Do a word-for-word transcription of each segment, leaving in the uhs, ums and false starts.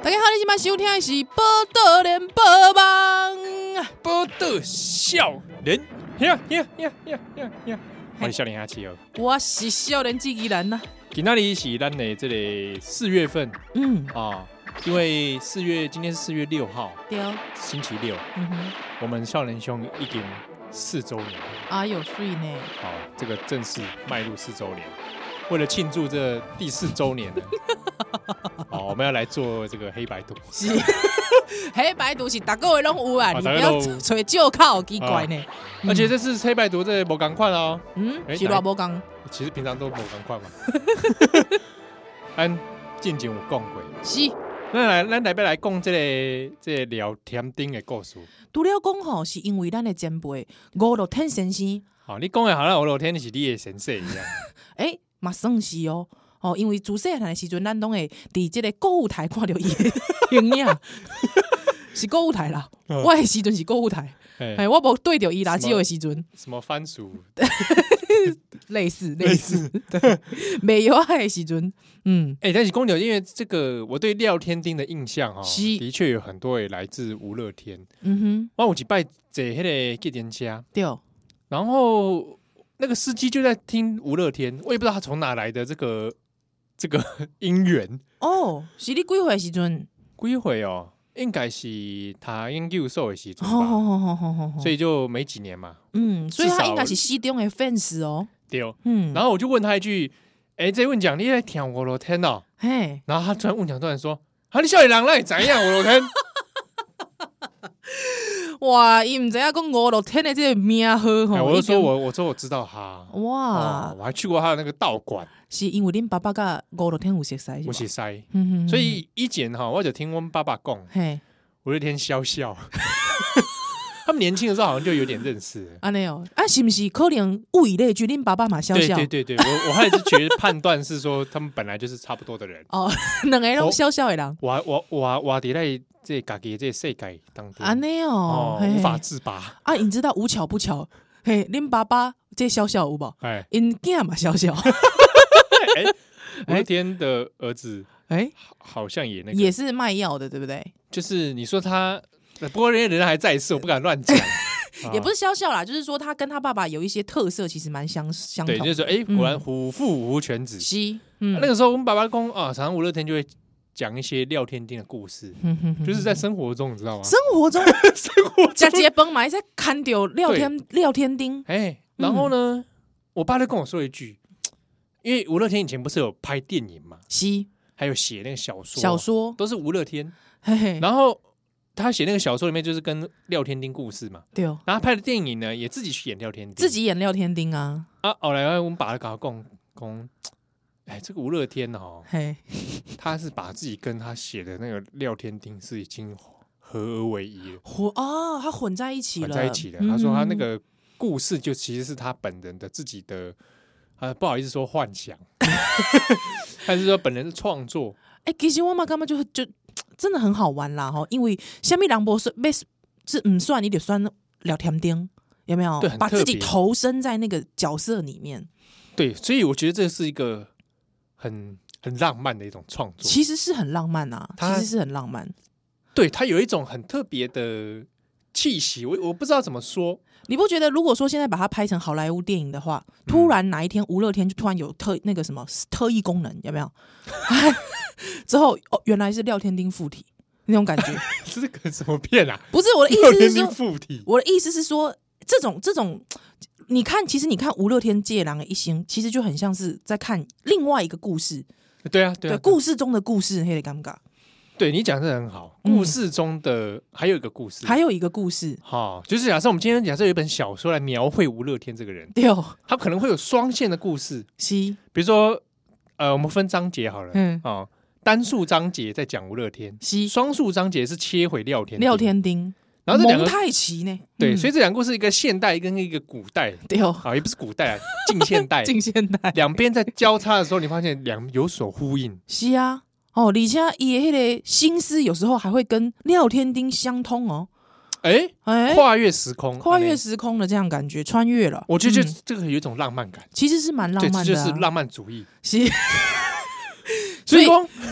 大家好，你今晚收听的是《报道联播网》， 报道少年，呀呀呀呀呀呀！我是少年阿七哦， 我是少年纪依然呐。 今仔日是咱的这个四月份， 嗯啊，因为四月今天是四月六号， 对， 星期六， 嗯哼， 我们少年兄已经四周年， 啊有水呢， 好，这个正式迈入四周年。为了庆祝这第四周年呢，好，我们要来做这个黑白读。 是黑白读是大个月拢有啊，你不大家要都吹旧靠奇怪呢。 而且这次黑白读这无同款哦， 嗯， 哎是偌无共， 其实平常都无同款嘛。咱进前有讲过， 是。 咱来咱来要来讲这个这个聊天顶的故事。 除了讲吼，是因为咱的前辈吴乐天先生， 好，你讲的好像吴乐天是你的先生一样。 诶，嘛算是哦。哦，因为自细汉的时阵，咱拢会伫即个购物台看到伊的形影，是购物台啦。 嗯我的时阵是购物台，哎，我无对着伊垃圾的时阵， 什么番薯， 类似类似，对，没有爱的时阵，嗯， 哎、欸，但是公牛，因为这个我对廖天丁的印象哈、哦， 是的确有很多也来自吴乐天。 嗯哼， 我有一摆坐迄个计程车， 对， 然后那个司机就在听吴乐天，我也不知道他从哪来的这个这个姻缘。 哦，是你几岁的时阵？ 几岁哦？应该是他研究所的时阵吧， 好好好好好好， 所以就没几年嘛。 嗯，所以至少他应该是西中的 fans 哦， 对， 嗯， 然后我就问他一句：“哎、欸，这问讲你在听吴乐天哦？” 嘿， 然后他突然问讲突然说：“啊，你少年人那会怎样？吴乐天？” 哇，伊唔知影讲吴乐天的这个名好欸、 吼， 我就说我我说我知道他哇、 哦，我还去过他的那个道馆， 是因为恁爸爸甲吴乐天有熟悉， 我是塞， 嗯哼， 所以以前哈，我就听我们爸爸讲， 嘿， 吴乐天笑笑，他们年轻的时候好像就有点认识了。 安尼哦，啊，是不是可能物以类聚？恁爸爸嘛笑笑， 对对对对，我我还是觉得判断是说他们本来就是差不多的人。 哦，两个拢笑笑的人， 我我我我伫在这家己这世界当中， 安尼哦， 哦，无法自拔。 啊，你知道无巧不巧，嘿，恁爸爸这笑笑有无？ 哎， 因囝嘛笑笑， 哎，吴乐天的儿子， 哎， 好像也那个， 也是卖药的，对不对？ 就是你说他，不过人家人还在世，我不敢乱讲。 也不是笑笑啦，就是说他跟他爸爸有一些特色，其实蛮相相同对， 的。 就是说，哎，果然虎父无犬子。 是，嗯， 那个时候我们爸爸公啊，常常吴乐天就会讲一些廖天丁的故事，就是在生活中，你知道吗？ 生活中， 生活家结崩嘛，在看到廖天廖天丁， 哎，然后呢，我爸就跟我说一句，因为吴乐天以前不是有拍电影嘛， 是， 还有写那个小说， 小说都是吴乐天， 嘿嘿， 然后他写那个小说里面就是跟廖天丁故事嘛， 对哦， 然后他拍的电影呢也自己去演廖天丁， 自己演廖天丁啊， 啊，后来我们把他搞讲讲，哎，这个吴乐天哦， 嘿， 他是把自己跟他写的那个廖天丁是已经合而为一了， 混哦，他混在一起了， 混在一起了。 嗯他说他那个故事就其实是他本人的自己的，啊，不好意思说幻想，还是说本人的创作。 哎、欸，其实我嘛感觉就就真的很好玩啦哈，因为虾米人不是被是唔算，你得算廖天丁，有没有？ 对， 把自己投身在那个角色里面。 对，所以我觉得这是一个很很浪漫的一种创作， 其实是很浪漫啊，其实是很浪漫。 对，它有一种很特别的气息，我我不知道怎么说。 你不觉得，如果说现在把它拍成好莱坞电影的话，突然哪一天吴乐天就突然有特那个什么特异功能，有没有？之后哦，原来是廖天丁附体那种感觉， 这是个什么片啊？ 不是我的意思是说， 附体。 我的意思是说，这种这种，你看，其实你看吴乐天借狼的一星，其实就很像是在看另外一个故事。 对啊，对啊， 对故事中的故事，黑的尴尬。 对你讲的很好，故事中的、嗯、还有一个故事， 还有一个故事， 好、哦，就是假设我们今天假设有一本小说来描绘吴乐天这个人， 对哦， 他可能会有双线的故事， 是， 比如说，呃，我们分章节好了， 嗯， 哦，单数章节在讲吴乐天， 是， 双数章节是切回廖天丁廖天丁， 然后这两个蒙太奇呢， 对， 嗯、 所以这两个故事一个现代跟一个古代， 对哦， 啊、哦，也不是古代啊，近现代， 近现代， 两边在交叉的时候，你发现两有所呼应， 是啊。哦，而且伊的迄个心思有时候还会跟廖天丁相通哦， 哎、欸欸、跨越时空， 跨越时空的这样感觉，穿越了。 我觉得这个有一种浪漫感， 其实是蛮浪漫的、啊， 对，这就是浪漫主义。 是， 所以说，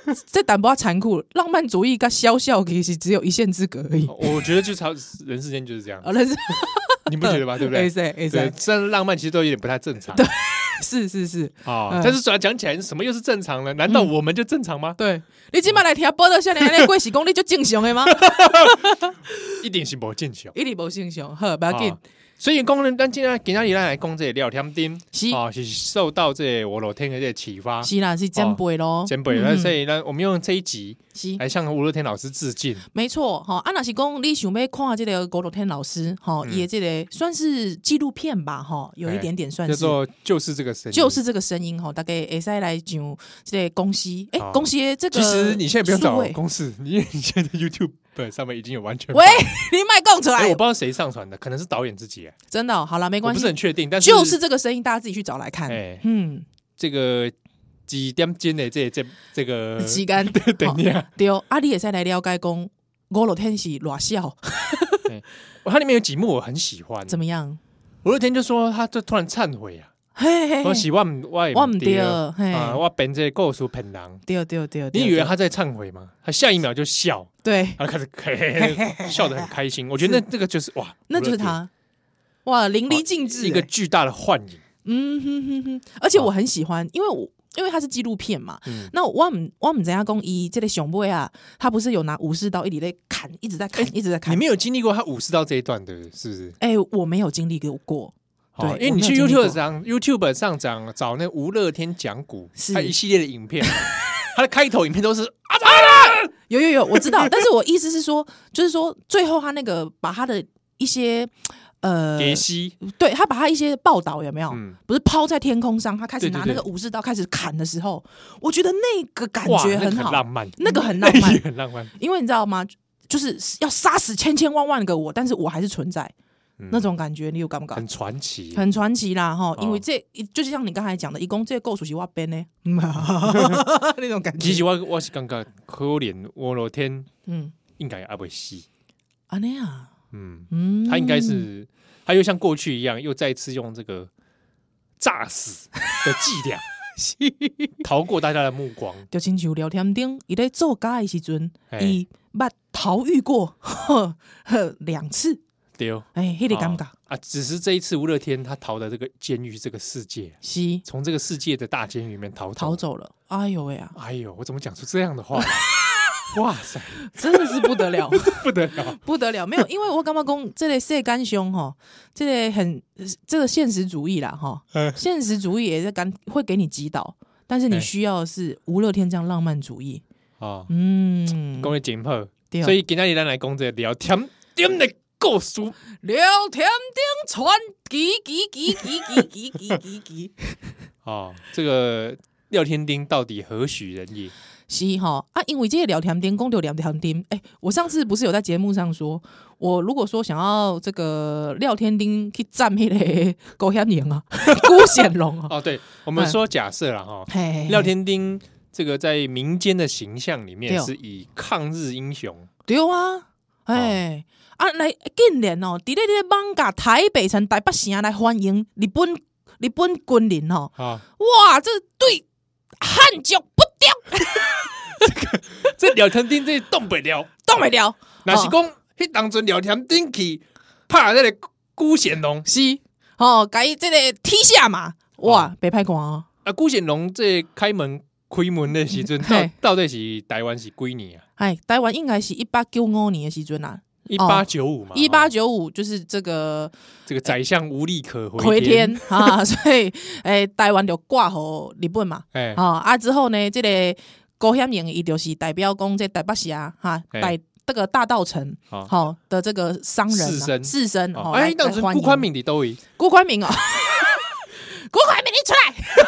这淡薄残酷，浪漫主义跟消笑其实只有一线之隔而已。 我觉得就超人世间就是这样， 哦，人是你不觉得吗？对不对？ 哎塞哎塞， 虽然浪漫其实都有点不太正常。 是是是啊、 嗯但是讲起来，什么又是正常呢？难道我们就正常吗？ 对，你今晚来听报道少年安尼过是讲你就正常的吗？ 一定是无正常， 一定无正常，好，不要紧。 啊所以讲，咱今天今天来讲这个聊天钉， 是啊，是受到这个我老天的这个启发， 是啦，是前辈咯， 前辈。那、 嗯所以呢，我们用这一集是来向吴乐天老师致敬。 没错，哈，啊，若是讲你想要看这个郭乐天老师，哈， 嗯也这个算是纪录片吧，哈，有一点点算是， 叫做就是这个声音， 就是这个声音，哈，大概会使来上这个公司，哎、 好公司的这个， 其实你现在不用找数位公式，因为你现在 YouTube 上面已经有完全喂，你卖讲出哎、 来， 我不知道谁上传的，可能是导演自己、哎真的、哦，好了，没关系我不是，很确定，但是就是这个声音，大家自己去找来看， 哎嗯， 这个几点钟的这这这个时间对等一下， 对，啊，你也使来了解讲吴乐天是偌笑， 它里面有几幕我很喜欢， 怎么样？ 吴乐天就说他就突然忏悔啊， 嘿嘿嘿， 我喜我唔我我唔对， 啊， 嘿， 我编这个故事骗人。 对对对，对你以为他在忏悔吗？他下一秒就笑， 对， 他开始嘿嘿嘿笑得很开心。我觉得那这个就是哇， 那就是他，哇，淋漓尽致、 一个欸巨大的幻影。 嗯哼哼哼，而且我很喜欢，因为我因为它是纪录片嘛。 嗯那我唔我唔知影讲伊这个熊妹啊，他不是有拿武士刀一直在砍，一直在砍，一直在砍。 你没有经历过他武士刀这一段的，是不是？ 哎、我没有经历过。对， 哦因为你去我没有经历过 YouTube 上 YouTube 上找找那吴乐天讲古， 是他一系列的影片，他的开头影片都是啊有有有，我知道，但是我意思是说，就是说最后他那个把他的一些呃， 给西， 对他把他一些报道有没有， 嗯， 不是抛在天空上，他开始拿对对对那个武士刀开始砍的时候，我觉得那个感哇那个觉很好， 很浪漫， 那个很浪漫那也很浪漫， 因为你知道吗？就是要杀死千千万万个我，但是我还是存在、 嗯那种感觉，你有感不感？ 很传奇， 很传奇啦哈， 哦因为这就是像你刚才讲的，一共这个构筑是我编的，那种感觉。 其实我我是感觉可怜吴乐天嗯， 应该也不会死， 啊那样， 嗯， 嗯， 他应该是他又像过去一样，又再次用这个诈死的伎俩逃过大家的目光。 就亲像聊天顶，伊在做假的时阵， 哎伊捌逃狱过呵呵两次， 对哦， 哎，迄个感觉啊，只是这一次吴乐天他逃的这个监狱这个世界， 是从这个世界的大监狱里面逃走。 逃走了。哎呦喂啊， 哎呦，我怎么讲出这样的话？哇塞， 真的是不得了。 不得了！ 不得了，没有，因为我感觉讲这个世间上哈，这个很这个现实主义啦哈， 嗯现实主义也是感会给你击倒，但是你哎需要的是吴乐天这样浪漫主义。 啊， 嗯， 讲的紧迫， 对， 所以今天咱来讲这个聊天点的故事。 聊天顶传奇，奇奇奇奇奇奇奇奇， 啊，这个廖天丁到底何许人也？ 是哈啊，因为这个聊天顶，公聊聊天顶，哎、我上次不是有在节目上说，我如果说想要这个廖天丁去占那个狗险营啊，辜显龙啊， 哦，对，我们说假设了哈， 嘿嘿嘿廖天丁这个在民间的形象里面对哦是以抗日英雄， 对啊，哎、啊，来竟然哦，伫咧咧网甲台北城、台北城来欢迎日本日本军人哦， 啊， 哇，这对汉族不掉， 这廖天丁这动不了， 动不了， 那是讲迄当阵廖天丁去拍那个辜显龙， 是哦，甲伊这个踢下嘛，哇，袂歹看哦， 啊，辜显龙这开门开门的时阵，到嘿到底是台湾是几年啊？ 哎，台湾应该是一八九五年的时阵啊， 一八九五嘛， 一八哦九五就是这个这个宰相无力可回回天， 天啊，所以诶、台湾就挂互日本嘛。 哎， 啊啊之后呢，这个高险营伊就是代表讲这台北市啊，哈， 嘿台这个大道城好， 好的这个商人士绅啊，士绅哦， 哦哎， 来当时来欢迎顾宽敏的都位， 辜宽敏哦，辜宽敏你出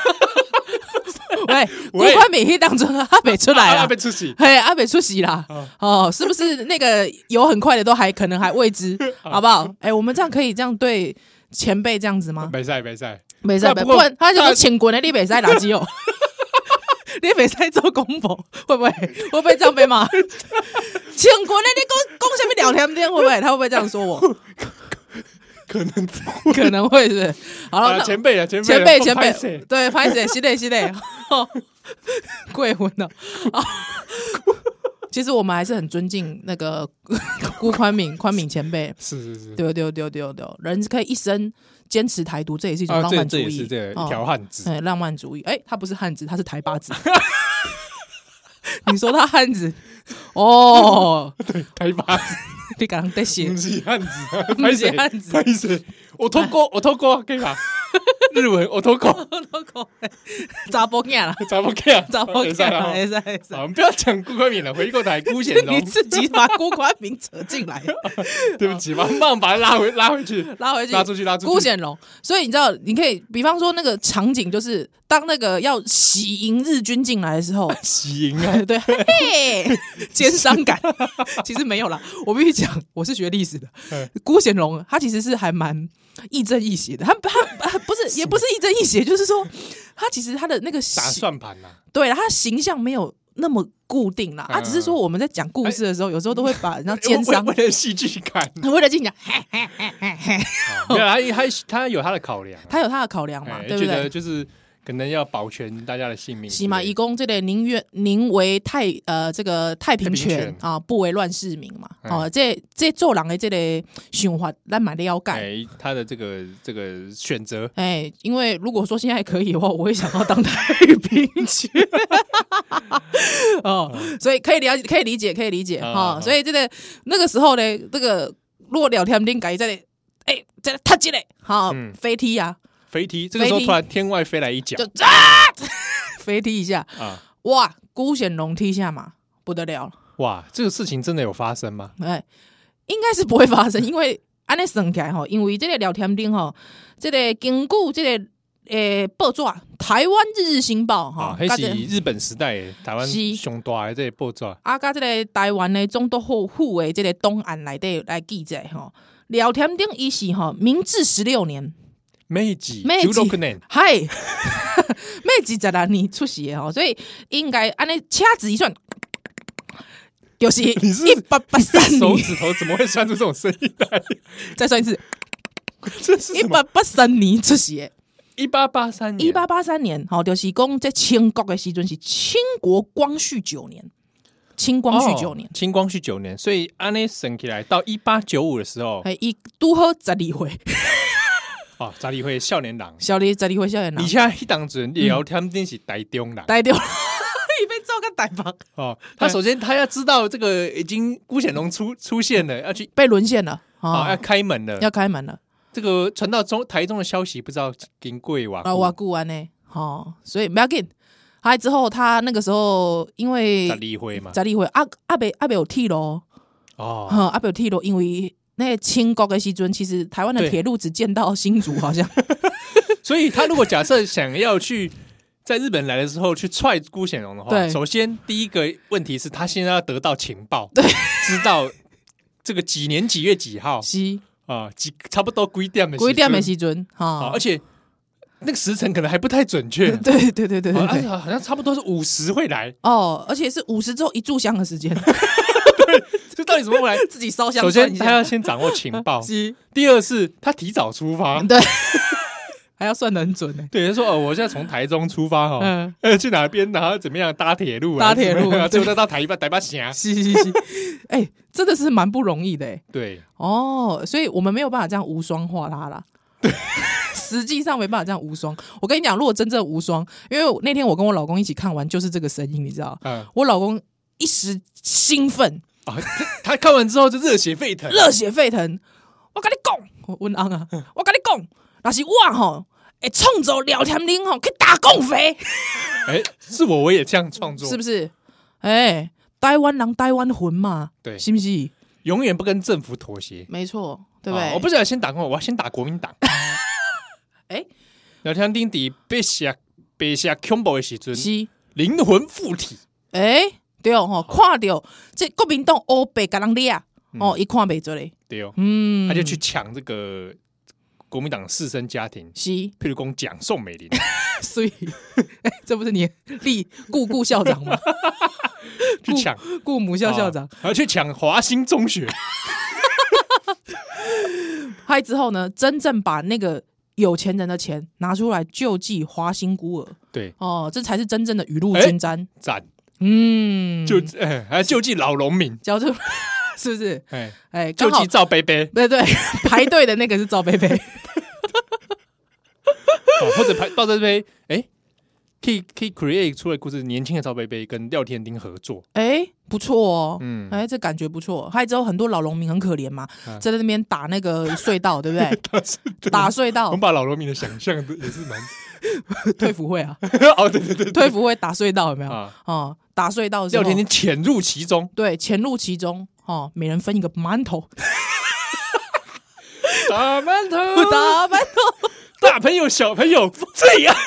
来，喂，辜喂宽敏迄当中他没出来啊了被出席， 嘿，阿北出席啦哦， 哦，是不是那个有很快的都还可能还未知，好不好？哎，我们这样可以这样对前辈这样子吗？ 没赛没赛， 没事，不那不过然他就说请滚的你北塞垃圾哦，你北塞做公婆会不会会不会这样被骂？请滚的你公公下面聊天天会不会他会不会这样说我？ 可能可能会是好了， 啊， 那前辈了，前辈了， 前辈前辈不好意思对，拍谁？是的，是的，贵婚了。 其实我们还是很尊敬那个辜宽敏宽敏前辈， 是是是， 对对对对对，人可以一生坚持台独，这也是一种啊， 浪漫主义， 这这也是这个一条汉子， 哎，浪漫主义，哎，他不是汉子，他是台八子。你说他汉子哦， 对，台八子， 你刚刚在写不是汉子啊， 不是拍谁汉子拍谁？我偷过，我偷过，可以吧？日文我偷过， 查甫囝啦， 查不看， 查甫囝啦，会使会使好，我们不要讲顾宽敏了，回过头来辜显荣你，自己把辜宽敏扯进来， 对不起，马上把他拉回拉回去， 拉回去， 拉出去，拉出去。 辜显荣，所以你知道，你可以比方说那个场景，就是当那个要喜迎日军进来的时候， 喜迎啊， 对，嘿，奸商感，其实没有啦。我必须讲，我是学历史的，辜显荣他其实是还蛮亦正亦邪的，他他不是也不是亦正亦邪，就是说他其实他的那个打算盘呐， 对，他的形象没有那么固定啦，他只是说我们在讲故事的时候，有时候都会把人家奸商为了戏剧感， 为了进讲，嘿嘿嘿嘿嘿， 没有他他他有他的考量， 他有他的考量嘛，对不觉得对？ 就是可能要保全大家的性命， 是嘛？以公这个宁愿宁为太呃这个太平犬啊，不为乱世民嘛。哦，这这做人的这个想法，咱蛮了解。 哎，他的这个这个选择， 哎，因为如果说现在可以的话，我会想要当太平犬。哦，所以可以了解，可以理解，可以理解哈。所以这个那个时候呢，这个如果聊天顶改在哎在他这里好飞踢啊。 飞踢，这个时候突然天外飞来一脚， 就啊，飞踢一下啊！哇，辜显荣踢下嘛，不得了！ 哇，这个事情真的有发生吗？ 哎，应该是不会发生，因为按呢算起来吼，因为这个聊天顶吼，这个根据这个诶报纸《台湾日日新报》哈， 那是日本时代台湾上大的这个报纸啊，甲这个台湾的总督府府的这个档案内底来记载吼，聊天顶伊是吼明治十六年。 明治明治年， 嗨，明治十六年出世的哦，所以应该按呢掐指一算，就是一八八三年。 手指头怎么会算出这种声音来？ 再算一次， 这是一八八三年出世的。 一八八三年， 一八八三年，好，就是讲在清国的时阵是清国光绪九年，清光绪九年， 哦、清光绪九年，所以按呢算起来到一八九五的时候， 哎，伊拄好十二岁。 哦，十二岁少年郎， 少年十二岁少年郎， 而且迄当阵聊天顶是台中人， 台中，伊被做个台北哦。他首先他要知道这个已经辜显荣出出现了，要去被沦陷了， 哦，要开门了， 要开门了。 这个传到中台中的消息，不知道经过哇啊哇固完呢，哦，所以不要紧。还之后他那个时候因为十二岁嘛， 十二岁阿阿伯阿伯有剃咯， 哦， 阿伯有剃咯，因为。那清国的时阵，其实台湾的铁路只见到新竹，好像。 所以他如果假设想要去在日本来的时候去踹辜显荣的话，首先第一个问题是他现在要得到情报， 对， 知道这个几年几月几号， 是啊，几差不多几点的几点的时阵啊，而且那个时辰可能还不太准确， 对对对对对， 而且好像差不多是五十会来哦，而且是五十之后一炷香的时间。 这到底怎么回来？ 自己烧香。 首先，他要先掌握情报；第二是他提早出发， 对，还要算得很准呢。 对，他说：“哦，我现在从台中出发哈，嗯，呃，去哪边，然后怎么样搭铁路， 搭铁路， 最后再到台北台北城。” 是是是，哎，真的是蛮不容易的哎。 对， 哦，所以我们没有办法这样无双化他啦。对，实际上没办法这样无双。我跟你讲，如果真正无双，因为那天我跟我老公一起看完，就是这个声音，你知道？嗯，我老公一时兴奋。 啊、他看完之后就热血沸腾， 热血沸腾！我跟你讲，我温安啊，我跟你讲，那是我吼，会创作聊天顶吼去打共匪。 哎、欸，是我，我也这样创作， 是不是？哎、欸，台湾人，台湾魂嘛， 对， 是不是？ 永远不跟政府妥协， 没错，对不对？ 啊、我不是要先打共，我要先打国民党。 哎欸， 聊天顶底被下被下恐怖的时阵， 是灵魂附体， 哎、欸。对哦，吼，看到这国民党黑白甲人掠哦，一看袂做嘞。 对哦，嗯，他就去抢这个国民党士绅家庭， 是， 譬如讲蒋宋美龄， 所以，哎，这不是你立顾顾校长吗？ 去抢顾母校校长， 然后去抢华兴中学。 嗨之后呢，真正把那个有钱人的钱拿出来救济华兴孤儿。 对， 哦，这才是真正的雨露均沾。 赞。 嗯， 救哎还救济老农民， 叫做是不是？ 哎哎， 救刚好济赵贝贝， 对对，排队的那个是赵贝贝， 哦或者排到这边，哎，可以可以 create 出来故事，年轻的赵贝贝跟廖天丁合作， 哎，不错哦， 嗯， 哎，这感觉不错。还有之后很多老农民很可怜嘛， 啊在那边打那个隧道，对不对？ 他是打隧道我们，把老农民的想象的也是蛮退服会啊， 哦，对对对， 退服会打隧道有没有？ 啊， 哦，打隧道的时候廖天丁潜入其中， 对，潜入其中，哦，每人分一个馒头， 打馒头， 打馒头， 大朋友小朋友这样，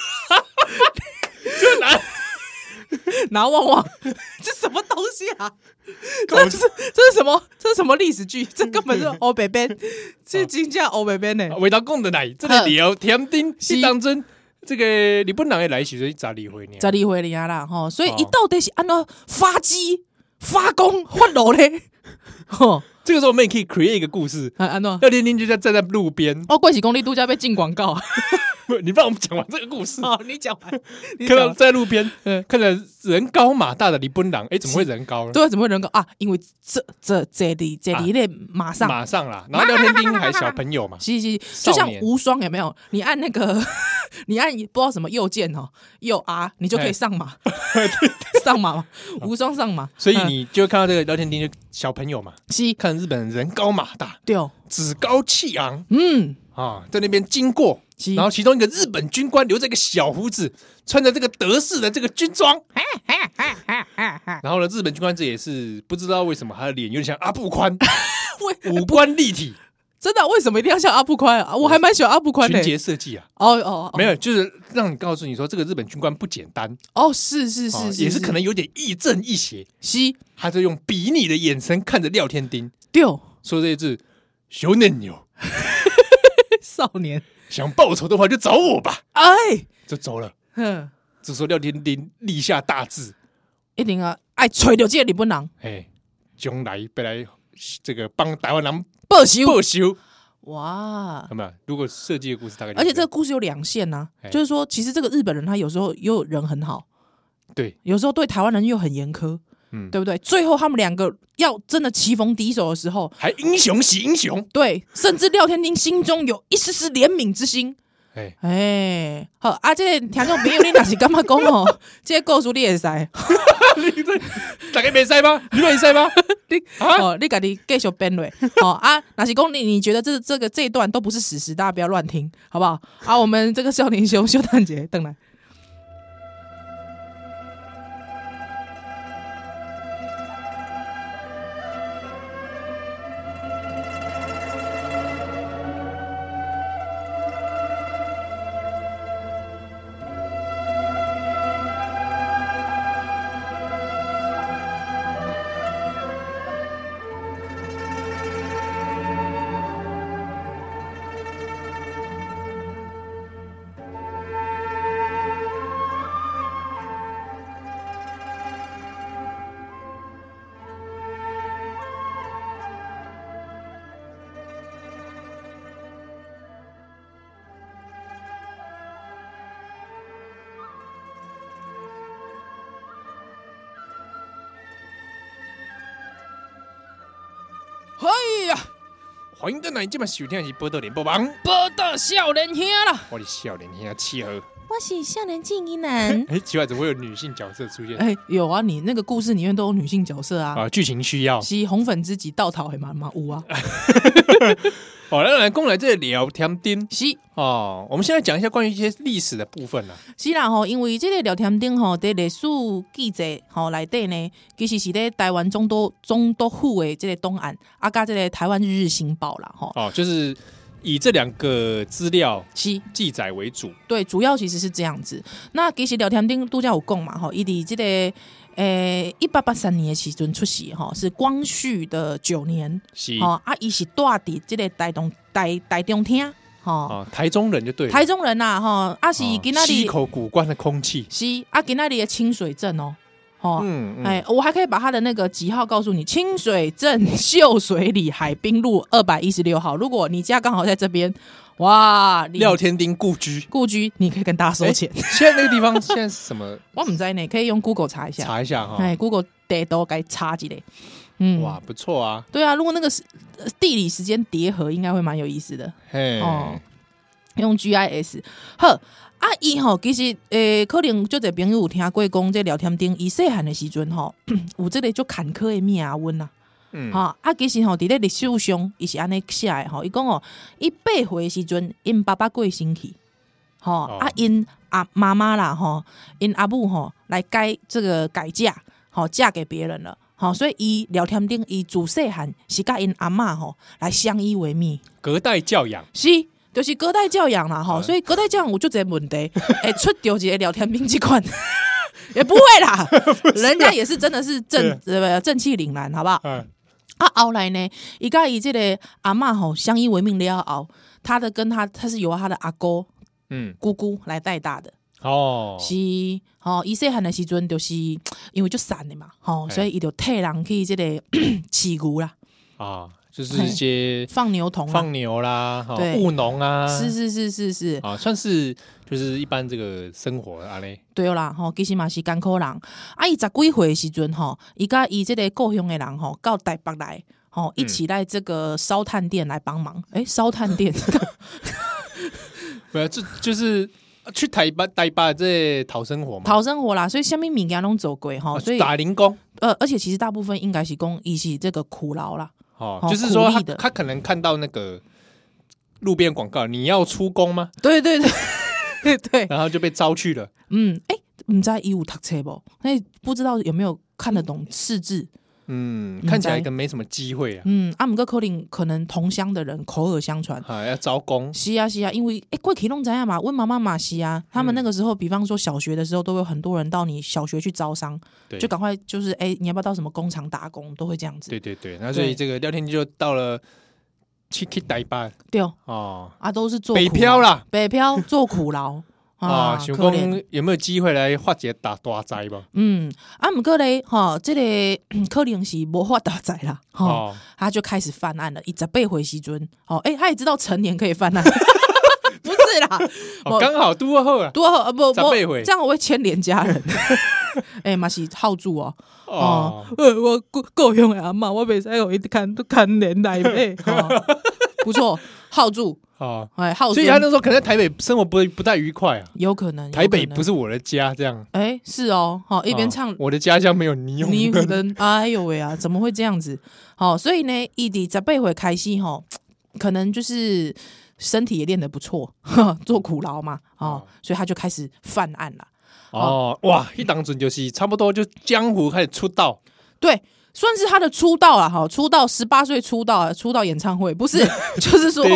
就拿拿旺旺，这什么东西啊？ 搞这是这是什么？这是什么历史剧？这根本是欧北边，这金价欧北边呢？ 为他讲的来，这个廖天丁是当真这个日本人的来时，所以咋离回呢？ 在离回呀啦，吼，所以一到底是按照发机、发功、发炉嘞，吼， 这个时候我们也可以 create 一个故事， 啊安诺， 廖天丁就在站在路边， 哦，贵喜公里度假被进广告， 不你让我们讲完这个故事。 好，你讲完，你看到讲完， 在路边， 嗯看着人高马大的李本郎，哎，怎么会人高呢？ 对啊，怎么会人高啊？因为这这这里这里嘞，马上。 马上啦，然后廖天丁还小朋友嘛， 是是，就像少年无双有没有？你按那个，你按不知道什么右键哦，右 R，你就可以上马，上马嘛，无双上马。 所以你就会看到这个廖天丁就小朋友嘛， 是， 看日本人人高马大， 对， 趾高气昂嗯， 啊，在那边经过， 是然后其中一个日本军官留着一个小胡子，穿着这个德式的这个军装，然后呢，日本军官这也是不知道为什么他的脸有点像阿布宽， 为五官立体， 真的为什么一定要像阿布宽啊？我还蛮喜欢阿布宽的。 群结设计啊， 哦哦， 没有，就是让你告诉你说，这个日本军官不简单， 哦，是是啊是， 也是可能有点亦正亦邪， 是他就用比拟的眼神看着廖天丁， 对， 说这一字小嫩牛， 少年， 想报仇的话就找我吧， 哎， 就走了。 哼， 这时候廖天丁立下大志， 一定啊，爱吹到这个日本人哎，将来被来这个帮台湾人报仇， 报仇， 哇！ 有没有？如果设计的故事大概就是而且这这样， 个故事有两线呐、 哎就是说，其实这个日本人他有时候又人很好， 对， 有时候对台湾人又很严苛， 嗯， 对不对？最后他们两个要真的棋逢敌手的时候， 还英雄惜英雄， 对，甚至廖天丁心中有一丝丝怜悯之心。 哎， 哎，好啊，这个听众朋友，你若是感觉讲哦，这个故事你会使， 大概没塞吗？你没塞吗？ 你啊哦，你家己继续编嘞，哦啊，若是讲你你觉得这这个这一段都不是史实，大家不要乱听，好不好？啊，我们这个少年兄休蛋节等来。哎呀， 欢迎登来，今晚收听的是《波多连播网》， 报道少年兄啦， 我的笑脸兄契合。 我是少年静一男。 哎，奇怪，怎么会有女性角色出现？ 哎、有啊，你那个故事里面都有女性角色啊。 啊，剧情需要。 是红粉知己稻草还蛮蛮有啊。 好，来来，共来这里聊天钉是哦。我们现在讲一下关于一些历史的部分啦。 是啦吼，因为这个聊天钉吼，在历史记载吼内底呢，其实是在台湾总督总督府的这个档案，啊，加这个台湾日日新报啦吼。 哦，就是以这两个资料是， 记载为主。 对，主要其实是这样子。那其实聊天钉度假有讲嘛吼，伊伫这个诶一八八三年的时阵出世吼，是光绪的九年。 是哦啊，伊是住伫这个台东台台中厅吼。 哦，台中人就对了。 台中人呐、啊，吼，啊是哦今仔日溪口古关的空气是啊，今仔日的清水镇哦，吼哦， 嗯嗯哎，我还可以把他的那个几号告诉你：清水镇秀水里海滨路二百一十六号。如果你家刚好在这边，哇，你廖天丁故居， 故居，你可以跟大家收钱。 现在那个地方现在是什么？ 我不知道呢，可以用 Google 查一下， 查一下哈。 哎，Google 地图该查一类。嗯， 哇，不错啊。 对啊，如果那个是呃地理时间叠合，应该会蛮有意思的。 嘿， 哦，用 G I S 好啊，伊吼其实诶、呃，可能就这朋友有听过讲，这聊天钉伊细汉的时阵吼，有这个就坎坷的命运啊。 嗯， 哈啊，其实吼伫咧历史上，伊是安尼写的吼，伊讲哦，伊八岁的时阵，因爸爸过身去，吼、哦、啊，因阿妈妈啦吼，因阿母吼来改这个改嫁，吼嫁给别人了。好、哦，所以伊聊天顶伊自细汉是甲因阿嬷吼来相依为命， 隔代教养是就是隔代教养啦吼、嗯，所以隔代教养有就这问题，会出掉一个聊天兵这款也不会啦，人家也是真的是正呃正气凛然，好不好？嗯、啊，后来呢，伊甲伊这个阿嬷吼相依为命了后，他的跟他他是由他的阿姑嗯姑姑来带大的。哦，是，吼、哦，伊细汉的时阵，就是因为就散的嘛，吼、哦，所以伊就替人去这个饲牛啦， 啊，就是一些放牛童、 放牛啦， 对， 务农啊， 是是是是是， 啊，算是就是一般这个生活啊嘞， 对啦，吼、哦，其实嘛是艰苦人，啊，伊十几岁的时阵，吼，伊甲伊这个故乡的人，吼，到台北来，吼，一起来这个烧炭店来帮忙，诶、嗯，烧炭店， 没有，这就是。去台北台北这讨生活嘛， 讨生活啦，所以下面物件拢走过哈，所以打零工， 呃，而且其实大部分应该是讲伊是这个苦劳啦， 哦，就是说他他可能看到那个路边广告，你要出工吗？ 对对对对对， 然后就被招去了。 嗯，哎、欸，唔知伊有读册不？那不知道有没有看得懂识字？ 嗯，看起来跟没什么机会啊。 嗯，啊，姆哥可能可能同乡的人口耳相传， 啊，要招工。 是啊是啊，因为哎，过去拢知影嘛，问妈妈嘛是啊，他们那个时候，比方说小学的时候，都有很多人到你小学去招商，就赶快就是哎、欸，你要不要到什么工厂打工，都会这样子。 对对对，那所以这个廖天丁就到了去去台北， 对哦，啊，都是做北漂啦， 北漂做苦劳。 啊，想讲有没有机会来发一个大大财吧？ 嗯，啊，不过咧，哈、哦，这个可能是无发大财啦，哈、哦，他就开始犯案了。伊十八岁时阵，哦，哎、欸，他也知道成年可以犯案，不是啦， 刚、哦、好拄好啊， 拄好啊，不不，十八岁这样我会牵连家人。哎、欸，嘛是好住哦，哦，呃，我够用的阿嬷，我袂使互伊看都看连来呗，哦、不错，好住。哦，哎，所以他那时候可能在台北生活不不太愉快啊， 有可能， 台北不是我的家，这样， 哎、欸，是哦，好，一边唱、 哦、我的家乡没有霓虹灯， 灯，哎呦喂啊，怎么会这样子？好、哦，所以呢，伊伫十八岁开始吼，可能就是身体也练得不错，做苦劳嘛，哦，哦所以他就开始犯案了。 哦，哦哇，一当阵就是差不多就江湖开始出道， 对。算是他的出道啊，哈，出道十八岁出道啊，出道演唱会不是，就是说，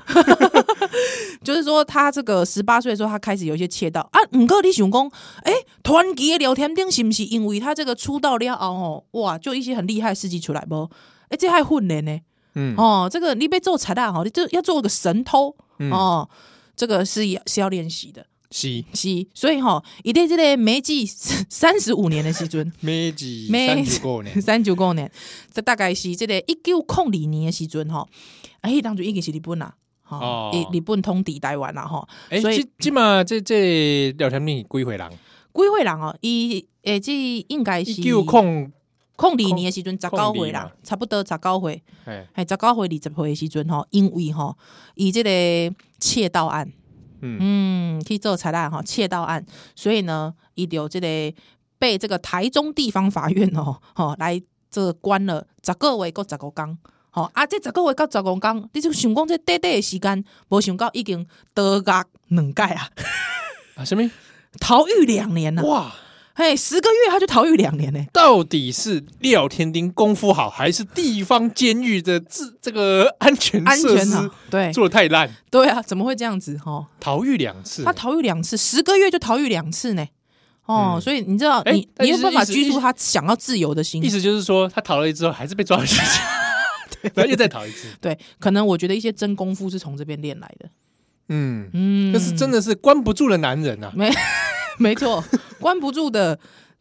就是说他这个十八岁的时候，他开始有一些窃盗啊。唔过你想讲，哎、欸，团结的聊天钉是不是因为他这个出道了后，哇，就一些很厉害的事迹出来不？哎、欸，这还混人呢，嗯，哦，这个你被做彩蛋哈，你这要做个神偷、嗯、哦，这个是是要练习的。 是是，所以吼，伊在这个美纪三十五年的时阵， 美纪三十五年， 三十五年，这大概是这个一九零二年的时阵吼，啊，迄当初已经是日本啦，哦，日本统治台湾啦吼， 欸、所以即嘛这这聊天你几岁人？ 几岁人哦？伊诶，这应该是一九零零二年的时阵，十九岁啦，差不多十九岁，系十九岁二十岁的时阵吼，因为吼，伊这个窃盗案。嗯, 嗯，去做彩蛋哈，窃盗案，所以呢，伊就这个被这个台中地方法院哦，哦来这个关了十个月，搁十五天，好啊，这十个月到十五天，你就想讲这短短的时间，无想到已经得押两届啊！ 啊，什么逃狱两年呢、啊？哇！嘿，十个月他就逃狱两年呢、欸？ 到底是廖天丁功夫好，还是地方监狱的这这个安全设施对做的太烂？ 对啊，怎么会这样子？哦， 逃狱两次， 他逃狱两次，十个月就逃狱两次呢。哦、嗯，所以你知道，欸、你你有办法拘束他想要自由的心。 意思就是说，他逃了之后还是被抓回去，然后又再逃一次。 对，可能我觉得一些真功夫是从这边练来的。 嗯嗯，但是真的是关不住的男人啊。 没。没错，关不住的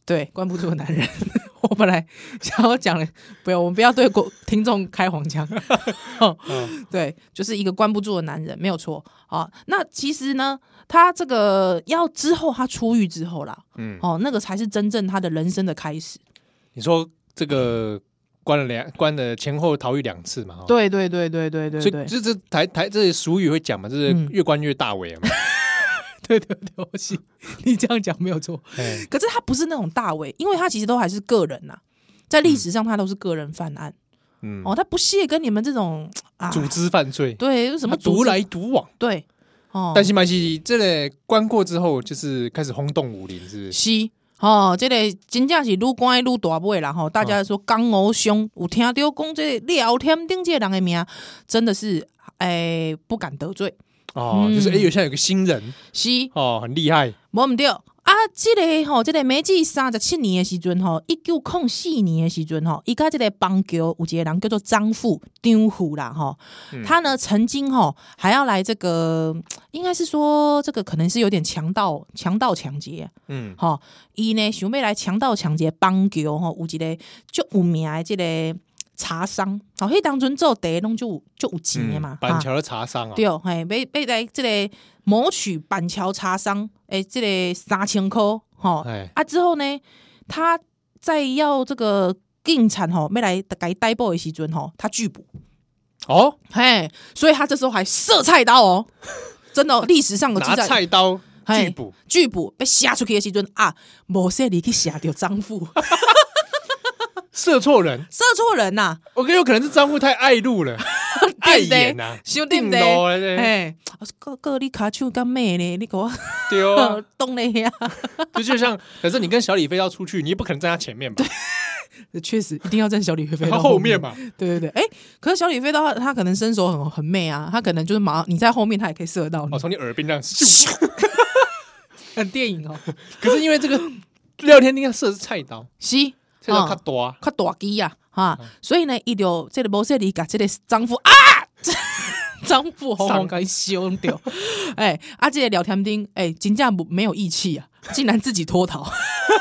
对，关不住的男人。我本来想要讲的，不要，我们不要对听众开黄腔。哦嗯、对，就是一个关不住的男人，没有错啊。那其实呢，他这个要之后他出狱之后啦，嗯，哦，那个才是真正他的人生的开始。 你说这个关了两关了前后逃狱两次嘛？ 对对对对对对对， 所以这这台台这俗语会讲嘛，就是越关越大尾嘛。嗯对对对，我信你这样讲没有错。可是他不是那种大尾，因为他其实都还是个人呐、啊，在历史上他都是个人犯案。嗯，哦，他不屑跟你们这种、啊、 组织犯罪， 对，什么独来独往， 对，哦， 但是嘛是这个关过之后，就是开始轰动武林，是不是？ 是哦，这个真正是愈关愈大尾啦吼！大家说江湖兄有听到讲这个廖天丁这个人的名，真的是诶、欸、不敢得罪。 哦，嗯、就是哎、欸，有像有个新人， 是哦，很厉害， 无唔对啊！这个吼，这个明治三十七年的时阵吼，一九零四年的时阵吼，伊甲这个邦桥有一个人叫做张富张富啦吼，嗯、他呢曾经吼还要来这个，应该是说这个可能是有点强盗强盗抢劫，嗯，吼，伊呢想要来强盗抢劫邦桥吼，有一个就有名的这个。茶商，哦，迄当阵做茶拢就就有钱的嘛， 板桥的茶商啊， 对，嘿，要要来这个谋取板桥茶商，诶，这个三千块，吼，啊之后呢，他在要这个警察吼要来给逮捕的时阵吼，他拒捕，哦，嘿，所以他这时候还射菜刀哦，真的、哦，历史上的拿菜刀拒捕， 拒捕被射出去的时阵啊，无说你去射到张富。 射错人， 射错人呐、啊！ 我觉得有可能是张富太爱路了，爱演呐、啊， 兄弟们，哎，个个你卡手干咩呢？你给我对哦， 动了呀！ 就就像，可是你跟小李飞刀出去，你也不可能站他前面吧？ 对，确实一定要站小李飞刀后面嘛。 对对对，哎、欸，可是小李飞刀他可能身手很很媚啊，他可能就是马你在后面，他也可以射到你。 哦，从你耳边这样咻， 很电影哦。 可是因为这个廖天丁要射是菜刀， 是。 这个较大， 较大机啊，哈、嗯，所以呢，伊就这个无说你甲这个张富啊，张富红红给凶掉，哎、欸，啊，这个廖天丁，哎、欸，真正没有义气啊，竟然自己脱逃，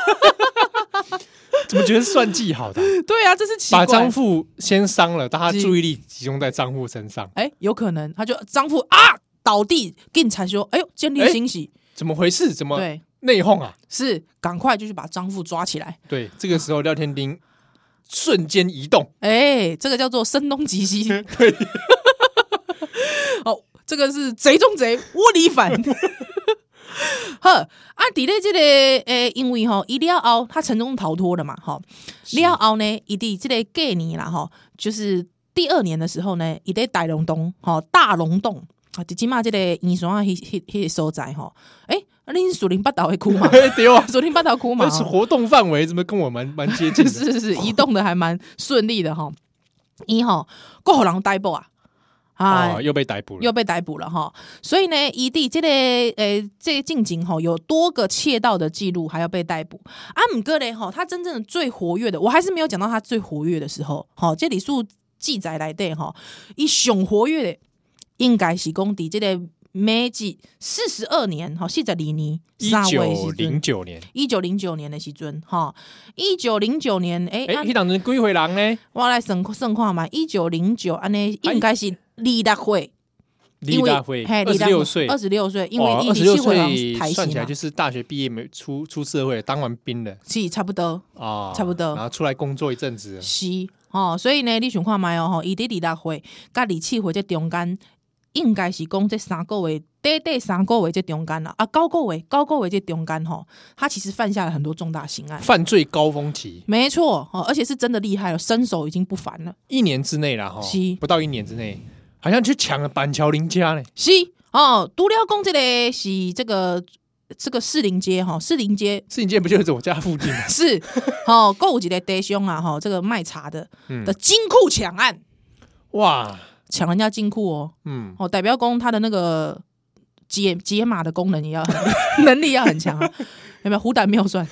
怎么觉得算计好的、啊？ 对啊，这是奇怪， 把张富先伤了，但他注意力集中在张富身上， 哎、欸，有可能，他就张富啊倒地，警察说，哎呦，见利欣喜、欸， 怎么回事？怎么对？ 内讧啊！ 是，赶快就去把张富抓起来。 对，这个时候廖天丁瞬间移动， 哎、欸，这个叫做声东击西。 对， 哦，这个是贼中贼，窝里反。呵，啊，伫咧这个诶、欸，因为吼，伊了后他成功逃脱了嘛，吼，了后呢，伊伫这个隔年啦，吼，就是第二年的时候呢，伊在大龙洞，吼，大龙洞啊，即嘛这个盐山啊，迄迄迄个所在吼，诶、欸。恁树林八岛会哭嘛？ 对啊， 树林八岛哭嘛？ 是活动范围怎么跟我蛮蛮接近的？ 是是是，移动的还蛮顺利的哈。伊吼，够互人逮捕啊！ 啊、哦，又被逮捕了， 又被逮捕了哈。所以呢，伊弟这个诶，这个近景吼有多个窃盗的记录，还要被逮捕。啊，姆哥嘞吼，他真正的最活跃的，我还是没有讲到他最活跃的时候。好，这里数记载来的哈，伊上活跃的应该是讲伫这个。明治四十二年，哈，四十二年， 一九零九年， 一九零九年的时阵，哈，一九零九年，诶、 欸，迄当阵几岁人呢？ 我来算算看嘛，一九零九，安尼应该是二十岁， 二十岁，二十六岁， 二十六岁，因为二十六岁台算起来就是大学毕业没出出社会，当完兵了， 是差不多啊，差不多， 然后出来工作一阵子， 是哦，所以呢，你想看卖哦，吼，伊伫二十岁，甲二七岁这中间。应该是讲这三个月，短短三个月这中间啦，啊，九个月，九个月这中间吼，他其实犯下了很多重大刑案， 犯罪高峰期， 没错，而且是真的厉害了，身手已经不凡了。 一年之内啦，哈，不到一年之内，好像去抢了板桥林家呢。 是哦，独寮公这个是这个这个士林街哈，士林街， 士林街不就是我家附近吗？ 是哦，购物一个弟兄啊，哈，这个卖茶的、嗯、的金库抢案，哇！抢人家金库哦，嗯，哦，代表公他的那个解解码的功能也要很能力要很强啊，有没有虎胆妙算？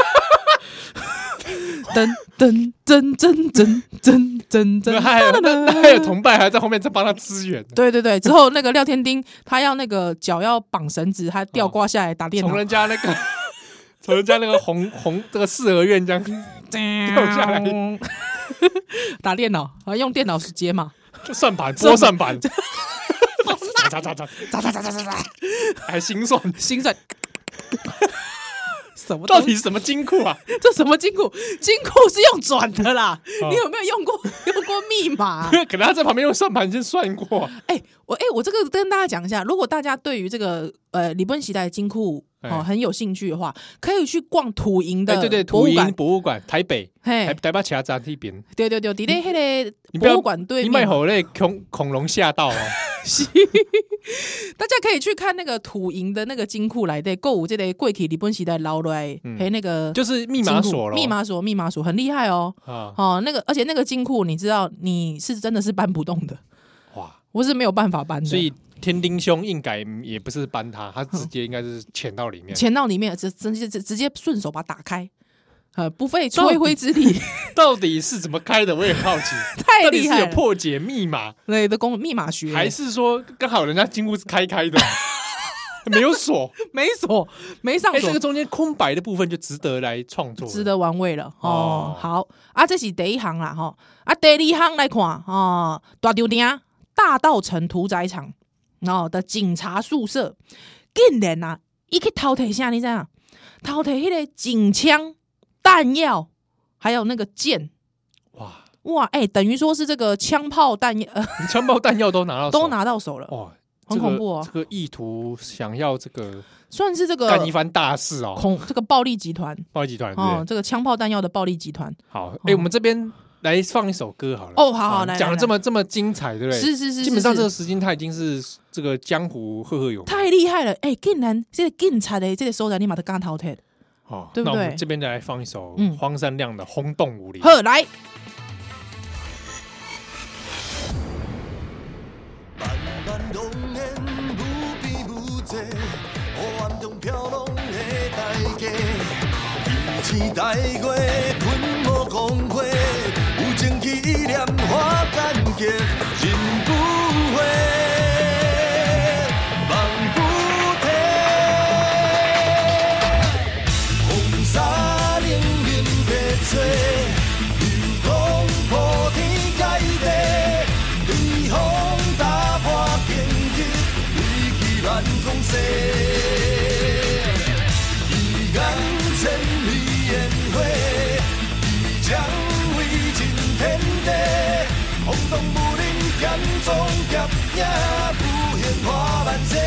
噔噔噔噔噔噔噔噔， 还有那还有同伴还在后面在帮他支援。 对对对，之后那个廖天丁他要那个脚要绑绳子，他吊挂下来打电脑， 从人家那个人家那个红红这个四合院这样掉下来， 打电脑啊，用电脑接嘛， 就算盘拨算盘， 炸炸炸炸炸炸炸炸炸炸， 还心算心算。什么？ 到底什么金库啊？ 这什么金库？金库是用转的啦。哦、你有没有用过用过密码？ 可能他在旁边用算盘先算过。 哎、欸，我哎、欸，我这个跟大家讲一下，如果大家对于这个呃日本时代金库哦很有兴趣的话，可以去逛土营的、欸、 对对土营博物馆，台北台台北车站那边。 对对对，在那那个博物馆对面。 你卖好那恐恐龙吓到哦。 大家可以去看那个土营的那个金库来的购物，这类过去日本时代捞来，还有那个就是密码锁了， 密码锁，密码锁很厉害哦。啊，哦，那个而且那个金库，你知道你是真的是搬不动的，哇，我是没有办法搬的。 所以天丁兄应该也不是搬它，他直接应该是潜到里面， 潜到里面，直直接直接顺手把它打开。呃，不费吹灰之力， 到底是怎么开的？我也好奇， 太厉害了， 有破解密码对的公密码学， 还是说刚好人家金库是开开的，没有锁， 没锁，没上锁、欸， 这个中间空白的部分就值得来创作， 值得玩味了哦。哦好啊，这是第一行啦哈，啊，第二行来看哦，大稻埕大稻埕屠宰场哦的警察宿舍，竟然啊，伊去偷摕啥？你知影？偷摕迄个警枪。弹药还有那个剑，哇哇，哎、欸，等于说是这个枪炮弹药，呃， 枪炮弹药都拿到手都拿到手了，哇，很恐怖哦。 这个、这个意图想要这个算是这个干一番大事哦， 恐这个暴力集团， 暴力集团哦，这个枪炮弹药的暴力集团。 好，哎、欸，我们这边来放一首歌好了。 哦，好好来， 讲的这么这么精彩，对不对？ 是是是， 基本上这个时间他已经是这个江湖赫赫有名， 太厉害了，哎、欸，竟然这个警察的这个所在，你把它刚淘汰。 哦， 对不对？ 那我们这边再来放一首荒山亮的《轰动武林》。 好，来。 漫漫浓烟，无边无际，黑暗中飘浪的大家，天星大月，喷墨光辉，有情气意念化感激，人不悔。一眼千里烟火，一将为尽天地。轰动武林，剑宗剑影，不现花万世。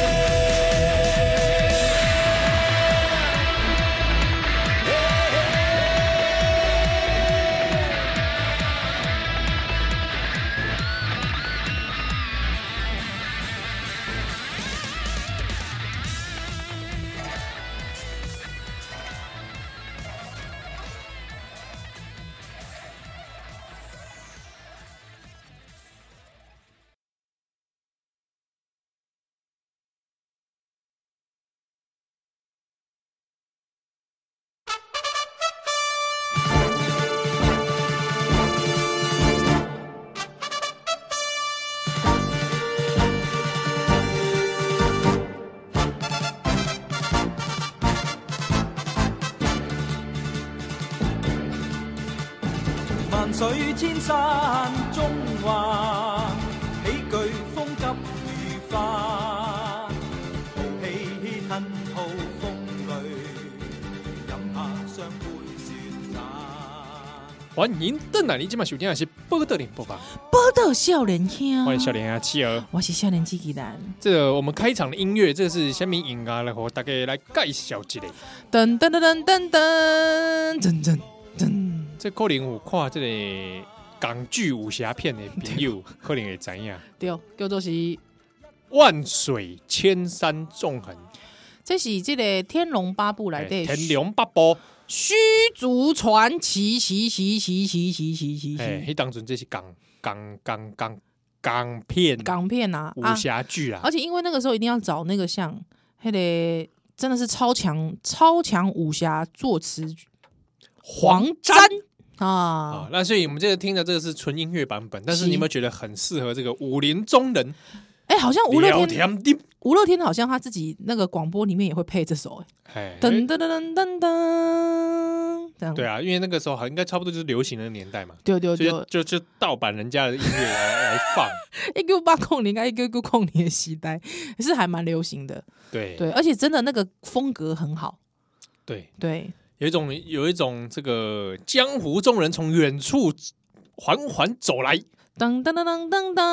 萬水千山中橫，喜劇風急如帆，豪氣吞吐風裏，飲下雙杯雪盞。 歡迎鄧乃你今晚收聽的是報道聯播吧， 報道少年兄， 歡迎少年啊企鵝， 我是少年機器人。 這個我們開場的音樂，這個是蝦米音樂來和大家來介紹一下。 噔噔噔噔噔噔噔噔噔。 這可能有看這個港劇武俠片的朋友，可能會知影。 對，叫做是萬水千山縱橫， 這是這個《天龍八部》來的。 天龍八部， 虛竹傳奇，奇奇奇奇奇奇奇。 哎，迄當陣這是港港港港港片， 港片啊， 武俠劇啊。 而且因為那個時候一定要找那個像，那個真的是超強超強武俠作詞黃沾。啊、 哦，那所以我們這個聽的這個是純音樂版本，但是你有沒有覺得很適合這個武林中人哎、好像吴乐聊天， 天的， 吴乐天好像他自己那个广播里面也会配这首、哎， 哎， 噔噔噔噔噔噔，这样对啊，因为那个时候好应该差不多就是流行的年代嘛，所以对对对， 就就就盗版人家的音乐来来放， 一九八控零跟一九九控零的时代也是还蛮流行的， 对对，而且真的那个风格很好， 对， 对， 有一种有一种这个江湖中人从远处缓缓走来， 噔噔噔噔噔噔，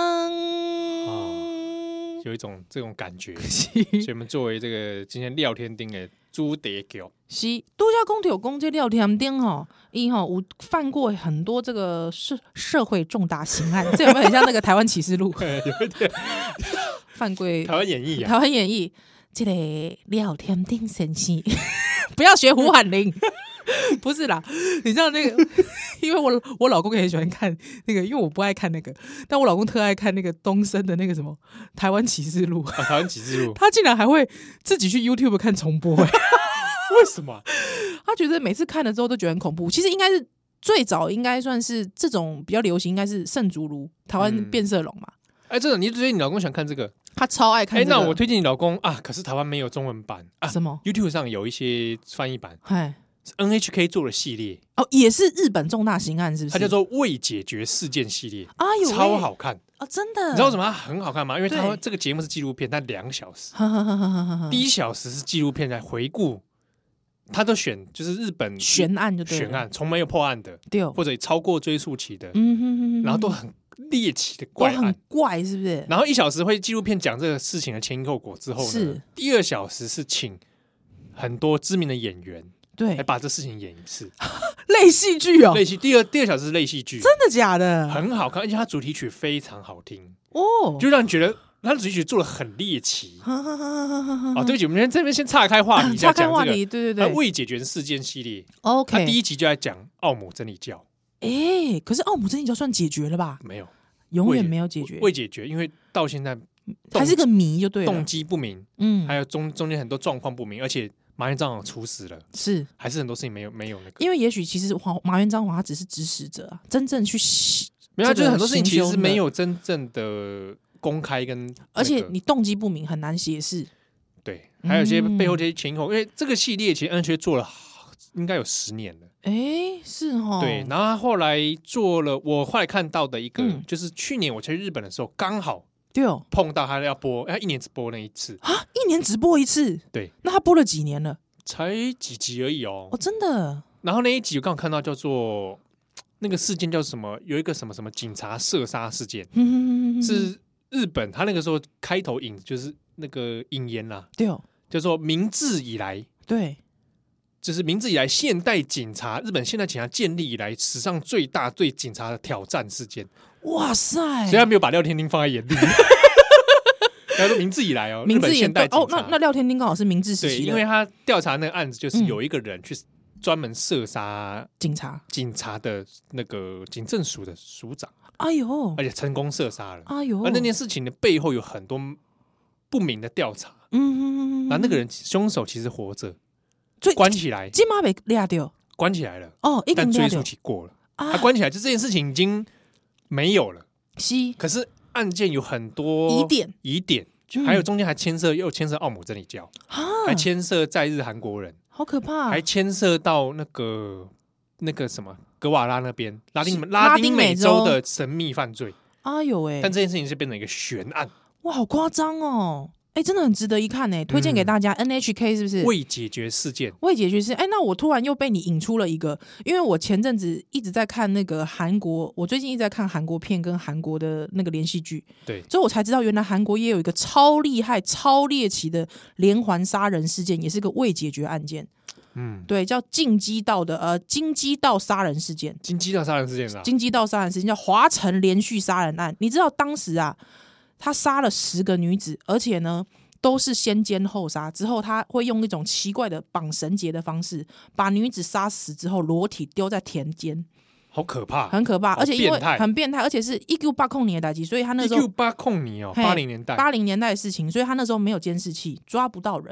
有一种这种感觉。 是所以我们作为这个今天廖天丁的朱德狗， 是，度假公有公这廖天丁吼，伊吼有犯过很多这个社社会重大刑案，这有没有很像那个台湾启示录？ 有一点犯过台湾演绎啊， 台湾演义，这个廖天丁神仙，不要学胡喊林。不是啦，你知道那个，因为我我老公也很喜欢看那个，因为我不爱看那个，但我老公特爱看那个东森的那个什么台湾启示录， 啊台湾启示录， 他竟然还会自己去 YouTube 看重播、欸， 为什么？ 他觉得每次看了之后都觉得很恐怖。其实应该是最早应该算是这种比较流行，应该是圣竹炉台湾变色龙嘛。 哎、嗯，真的，你觉得你老公喜欢看这个？ 他超爱看、 哎、 这个。 那我推荐你老公啊，可是台湾没有中文版啊， 什么 YouTube 上有一些翻译版哎 ，N H K 做的系列， 哦，也是日本重大刑案，是不是？ 它叫做未解决事件系列， 啊有、欸、 超好看。 哦，真的。 你知道为什么它很好看吗？因为它对这个节目是纪录片，它两小时， 呵呵呵呵呵呵第一小时是纪录片来回顾，他都选就是日本悬案就对了， 悬案，从没有破案的， 对， 或者超过追溯期的， 嗯哼哼哼， 然后都很猎奇的都怪案很。怪，是不是？ 然后一小时会纪录片讲这个事情的前因后果之后呢， 是第二小时是请很多知名的演员对来，把这事情演一次， 类戏剧哦， 类戏。第二第二小时是类戏剧， 真的假的？ 很好看，而且它主题曲非常好听， 哦， 就让人觉得它的主题曲做的很猎奇。 哈哈哈哈哈哈哦，对不起，我们这边先岔开话题， 岔开讲这个话题，对对它对未解决事件系列，它 ，OK。 第一集就在讲奥姆真理教， 哎，可是奥姆真理教算解决了吧？ 没有永远没有解决， 未解决，因为到现在还是个谜就对了。 动机不明， 嗯还，有中中间很多状况不明，而且马院长处死了， 是还是很多事情没有没有那个， 因为也许其实黄马元璋皇他只是指使者啊，真正去洗， 没有， 这个就是很多事情其实行凶的是没有真正的公开跟那个， 而且你动机不明，很难解释。 对，还有一些嗯背后这些前因后果，因为这个系列其实 N H K 做了好应该有十年了。 哎，是哦， 对，然后他后来做了，我后来看到的一个， 嗯就是去年我去日本的时候，刚好对哦， 碰到他要播，他一年只播那一次， 啊，一年只播一次， 对， 那他播了几年了？ 才几集而已哦。 哦，真的， 然后那一集我刚好看到叫做那个事件叫什么，有一个什么什么警察射杀事件， 嗯， 是日本，他那个时候开头引就是那个引言啦， 对哦， 叫做明治以来。 对， 就是明治以来现代警察，日本现代警察建立以来史上最大对警察的挑战事件， 哇塞， 所以他没有把廖天丁放在眼里。他说明治以来哦，日本明治也现代警察哦，那那廖天丁刚好是明治时对， 期的， 因为他调查那个案子，就是嗯有一个人去专门射杀警察， 警察的那个警政署的署长， 哎呦而，且成功射杀了。 哎呦， 而那件事情的背后有很多不明的调查， 嗯， 然后那个人凶手其实活着， 最关起来， 金马被抓掉， 关起来了， 哦，一但追溯定抓掉期过了， 啊他关起来，就这件事情已经没有了。 是可是案件有很多疑点， 疑点， 嗯还有中间还牵涉又牵涉奥姆真理教， 啊， 还牵涉在日韩国人， 好可怕， 还牵涉到那个那个什么格瓦拉那边拉丁是拉丁美拉丁美洲洲的神秘犯罪， 哎呦喂， 但这件事情是变成一个悬案， 哇，好夸张哦！哎，真的很值得一看呢，推荐给大家。N H K 是不是？ 未解决事件。 未解决是哎，那我突然又被你引出了一个，因为我前阵子一直在看那个韩国，我最近一直在看韩国片跟韩国的那个连续剧， 对， 所以我才知道原来韩国也有一个超厉害、超猎奇的连环杀人事件，也是个未解决案件。 嗯， 对，叫金鸡道的呃金鸡道杀人事件， 金鸡道杀人事件啊， 金鸡道杀人事件叫华城连续杀人案。你知道当时啊，他杀了十个女子，而且呢都是先奸后杀，之后他会用一种奇怪的绑绳结的方式，把女子杀死之后裸体丢在田间， 好可怕， 很可怕， 好而且因为变态很变态，而且是一九八控年的代际，所以他那时候一九八控你哦， 嘿八零年代， 八零年代的事情，所以他那时候没有监视器，抓不到人。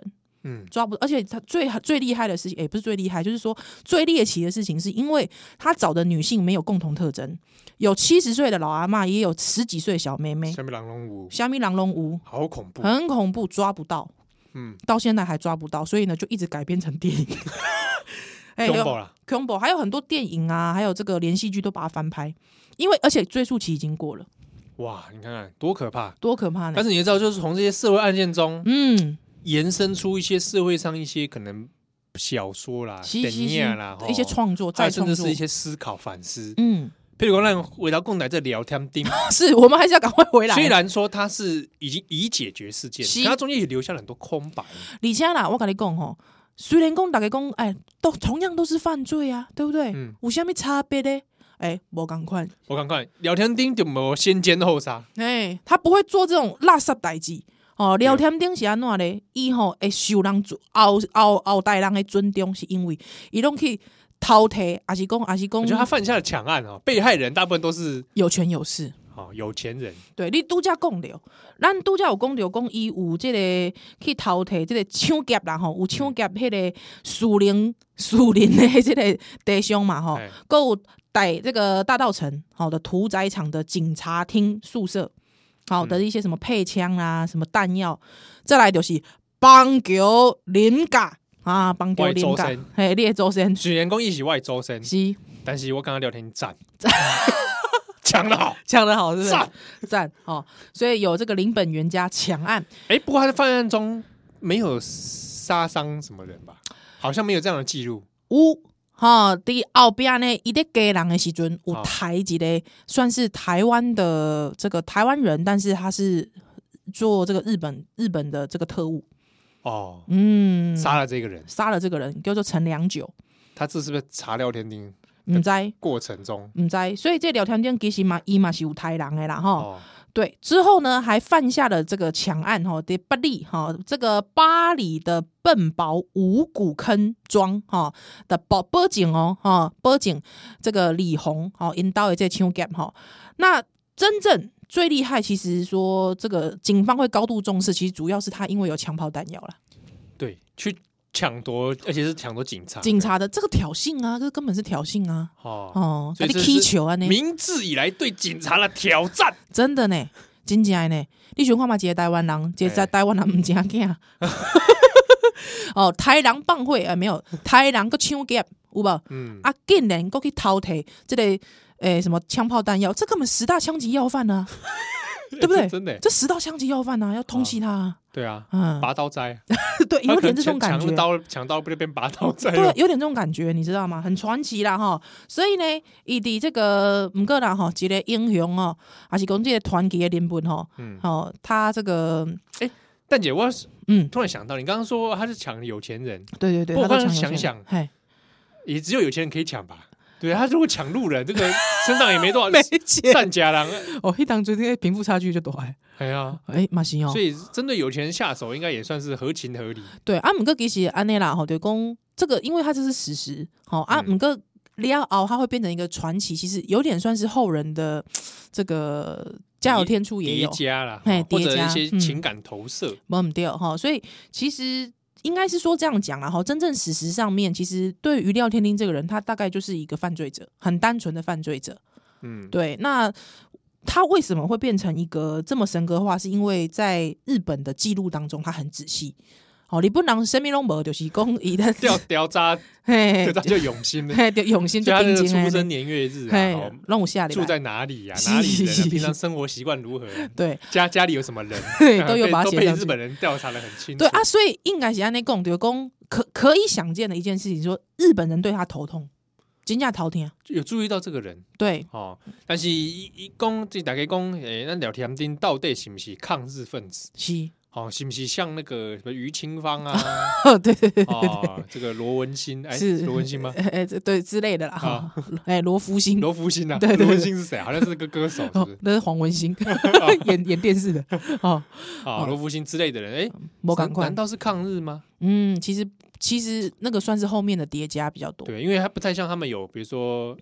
嗯， 抓不，而且他最最厉害的事情，也、不是最厉害，就是说最猎奇的事情，是因为他找的女性没有共同特征，有七十岁的老阿嬷，也有十几岁的小妹妹， 下面狼龙舞， 虾米狼龙屋， 好恐怖， 很恐怖，抓不到， 嗯， 到现在还抓不到，所以呢，就一直改编成电影。哎， 恐怖啦， 恐怖，还有很多电影啊，还有这个连续剧都把它翻拍，因为而且追溯期已经过了， 哇，你看看多可怕！ 多可怕呢！ 但是你也知道，就是从这些社会案件中， 嗯， 延伸出一些社会上一些可能小说啦、电是是是影啦， 一些创作， 再再创作甚至是一，些思考反思。 嗯， 譬如说，让回到共奶这聊天钉， 是我们还是要赶快回来。 虽然说它是已经已解决事件， 是可它中间也留下了很多空白。 而且啦，我跟你讲吼，虽然讲大家讲，哎，都同样都是犯罪啊，对不对？ 嗯有啥物差别呢？哎，无共款， 我看看聊天钉就没有先奸后杀， 哎，他不会做这种垃圾代志。哦，聊天顶是安怎咧？伊吼会受人尊后后后代人的尊重，是因为伊拢去偷摕，还是讲，还是讲我觉得他犯下的强案哦，被害人大部分都是有权有势。 哦有钱人， 对你拄则讲着，咱拄则有讲着讲伊有即、个去偷摕即个抢劫啦吼，有抢劫迄个树林树林的即个地上嘛吼哎， 还有在这个大稻城好的屠宰场的警察厅宿舍，好的一些什么配枪啊，什么弹药，再来就是邦球林甲啊，邦球林甲外周身， 嘿，列周身虽然讲一起外周身， 是但是我刚刚聊天赞，讲得好， 抢得好，是不是？ 赞赞哦，所以有这个林本源家抢案。 哎，不过他在犯案中没有杀伤什么人吧？好像没有这样的记录。 有哈，伫后边呢，伊咧家人的时阵，有哦抬一个算是台湾的这个台湾人，但是他是做这个日本日本的这个特务， 哦， 嗯， 杀了这个人， 杀了这个人，叫做陈良久， 他这是不是查聊天钉唔知过程中？ 唔知，所以这聊天店其实嘛，伊嘛是有台人的啦哈。 哦， 对，之后呢，还犯下了这个抢案哈的巴黎哈，这个巴黎的笨堡五谷坑庄哈的报报警哦哈，报警这个李红哈引导的这抢劫哈，那真正最厉害，其实说这个警方会高度重视，其实主要是他因为有枪炮弹药啦， 对，去抢夺，而且是抢夺警察， 警察的这个挑衅啊，这根本是挑衅啊， 哦， 哦，你所以这是踢球啊呢， 明治以来对警察的挑战。 真的呢，真正的呢，你想看嘛，一个台湾人，一个台湾人唔正经。哦，台人放火啊，没有台人个抢劫，有无？ 嗯， 啊，竟然搁去偷摕这个诶、什么枪炮弹药，这根本十大枪击要犯啊，对不对？ 真的耶， 这十大枪击要犯啊，要通缉他、啊。 对啊， 嗯， 拔刀斋， 对，有点这种感觉抢。刀抢刀不就变拔刀斋对了，？ 有点这种感觉，你知道吗？很传奇啦哈。所以呢，伊伫这个唔过啦哈，一个英雄哦，还是讲这个传奇的人物吼， 嗯， 哦，他这个蛋姐，我是嗯， 突然想到，你刚刚说他是抢有钱人， 对对对， 不过我刚刚他都抢有钱想想嘿， 也只有有钱人可以抢吧？对他如果抢路人，这个身上也没多少没钱善家郎， 哦，迄当初这个贫富差距就大哎， 哎呀， 哎，嘛是哦所，以针对有钱人下手，应该也算是合情合理。 对啊，毋过其实安尼啦，吼，就讲这个，因为它这是史实，吼啊， 嗯毋过了后它会变成一个传奇，其实有点算是后人的这个加有天助也叠有， 加啦， 嘿或者叠加一些嗯情感投射， 无毋对哈，所以其实应该是说这样讲啦哈，真正史实上面，其实对于廖天丁这个人，他大概就是一个犯罪者，很单纯的犯罪者。 嗯， 对，那他为什么会变成一个这么神格化？是因为在日本的记录当中，他很仔细。哦，日本人生命拢无，就是讲伊的调调查， 嘿对，他就永心的， 嘿，就用心就他那个就定睛出生年月日啊， 嘿哦， 让我下里住在哪里呀？ 是哪里人啊？ 是是平常生活习惯如何？ 对家家里有什么人？ 对啊都有把它被都被写上去。 日本人调查的很清楚。 对啊，所以应该是安内讲，就是讲可可以想见的一件事情，说日本人对他头痛，真正头痛。 有注意到这个人对， 哦，但是一一讲，这大家讲，诶，那廖天丁到底是不是抗日分子？ 是， 哦，是不是像那个什么于清芳啊？ 对对对对哦，这个罗文欣，哎， 是罗文欣吗？ 哎、哎这对之类的啦，哈啊， 哎、罗福星， 罗福星啊， 对对对罗文欣是谁？好像是个歌手，是不是？， 哦那是黄文兴演演电视的，哦， 啊，罗福星之类的人，哎， 没赶快难，道是抗日吗？ 嗯，其实其实那个算是后面的叠加比较多， 对，因为他不太像他们有，比如说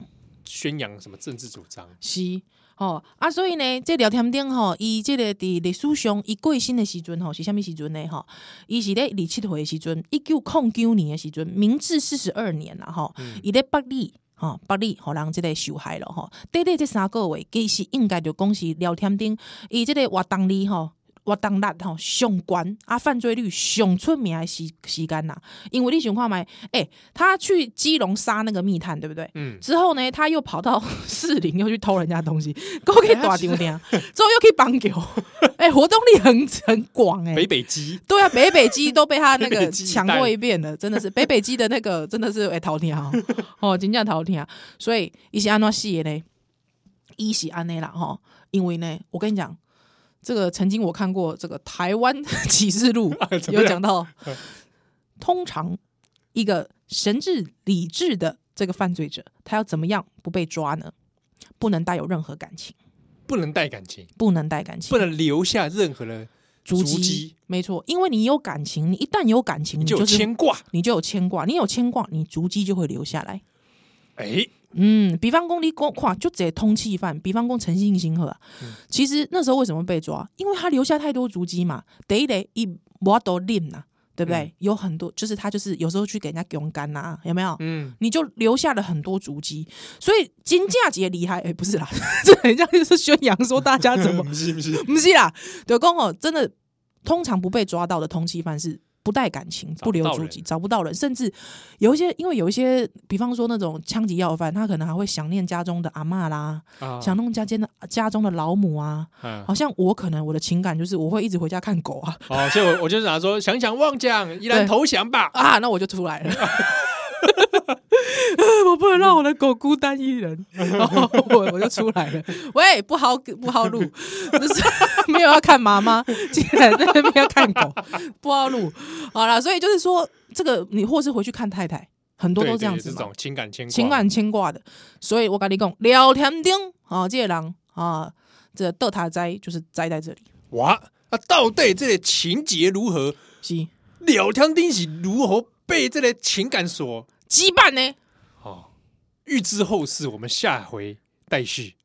宣扬什么政治主张。 是。吼啊，所以呢，这聊天顶吼，伊这个伫历史上伊过身的时阵吼，是啥物时阵呢？吼，伊是咧二十七岁的时阵，一九零九年的时阵，明治四十二年啦，吼，伊咧北里吼，北里互人即个受害了吼。短短这三个月，其实应该就讲是聊天顶，伊即个活动力吼。活动力吼上悬啊，犯罪率上出名的时时间呐，因为你想看卖，哎、欸，他去基隆杀那个密探，对不对？嗯。之后呢，他又跑到士林，又去偷人家东西，够可以大丢掉，之后又可以帮球，哎、欸，活动力很很广哎、欸。 北北基， 对啊，北北基都被他那个抢过一遍了，真的是北北基的那个真的是哎逃天哦，真正逃天，所以伊是安怎死的呢？伊是安尼啦吼，因为呢，我跟你讲。这个曾经我看过这个台湾启示录有讲到，通常一个神智理智的这个犯罪者，他要怎么样不被抓呢？不能带有任何感情， 不能带感情， 不能带感情， 不能留下任何的足迹。 没错，因为你有感情，你一旦有感情， 你就有牵挂， 你就有牵挂，你有牵挂，你足迹就会留下来。 哎、欸。 嗯，比方说你看就这通缉犯，比方说陈信兴呵、啊嗯，其实那时候为什么被抓？因为他留下太多足迹嘛。第一个，一我都练呐，对不对、嗯？有很多，就是他就是有时候去给人家勇敢呐，有没有？嗯，你就留下了很多足迹，所以金价节厉害，哎、欸，不是啦，这很像就是宣扬说大家怎么不是不是不是啦，对，讲哦，真的，通常不被抓到的通缉犯是。不带感情，不留足迹，找不到人，甚至有一些，因为有一些，比方说那种枪击要犯，他可能还会想念家中的阿嬷啦，啊、想念家间的家中的老母啊。嗯、好像我可能我的情感就是我会一直回家看狗啊。 哦，所以我我就想说，想想妄讲，依然投降吧。 啊，那我就出来了。我不能让我的狗孤单一人，然后我我就出来了。喂，不好不好录，就是没有要看妈妈，竟然在那边要看狗，不好录。好啦，所以就是说，这个你或是回去看太太，很多都这样子嘛， 这种情感牵挂， 情感牵挂的。所以我跟你讲，聊天钉啊，这个人啊，这倒他栽就是栽在这里。 哇，那、啊、到底这个情节如何？ 是聊天钉是如何被这个情感所？ 羁绊呢？ 哦，预知后事，我们下回待续。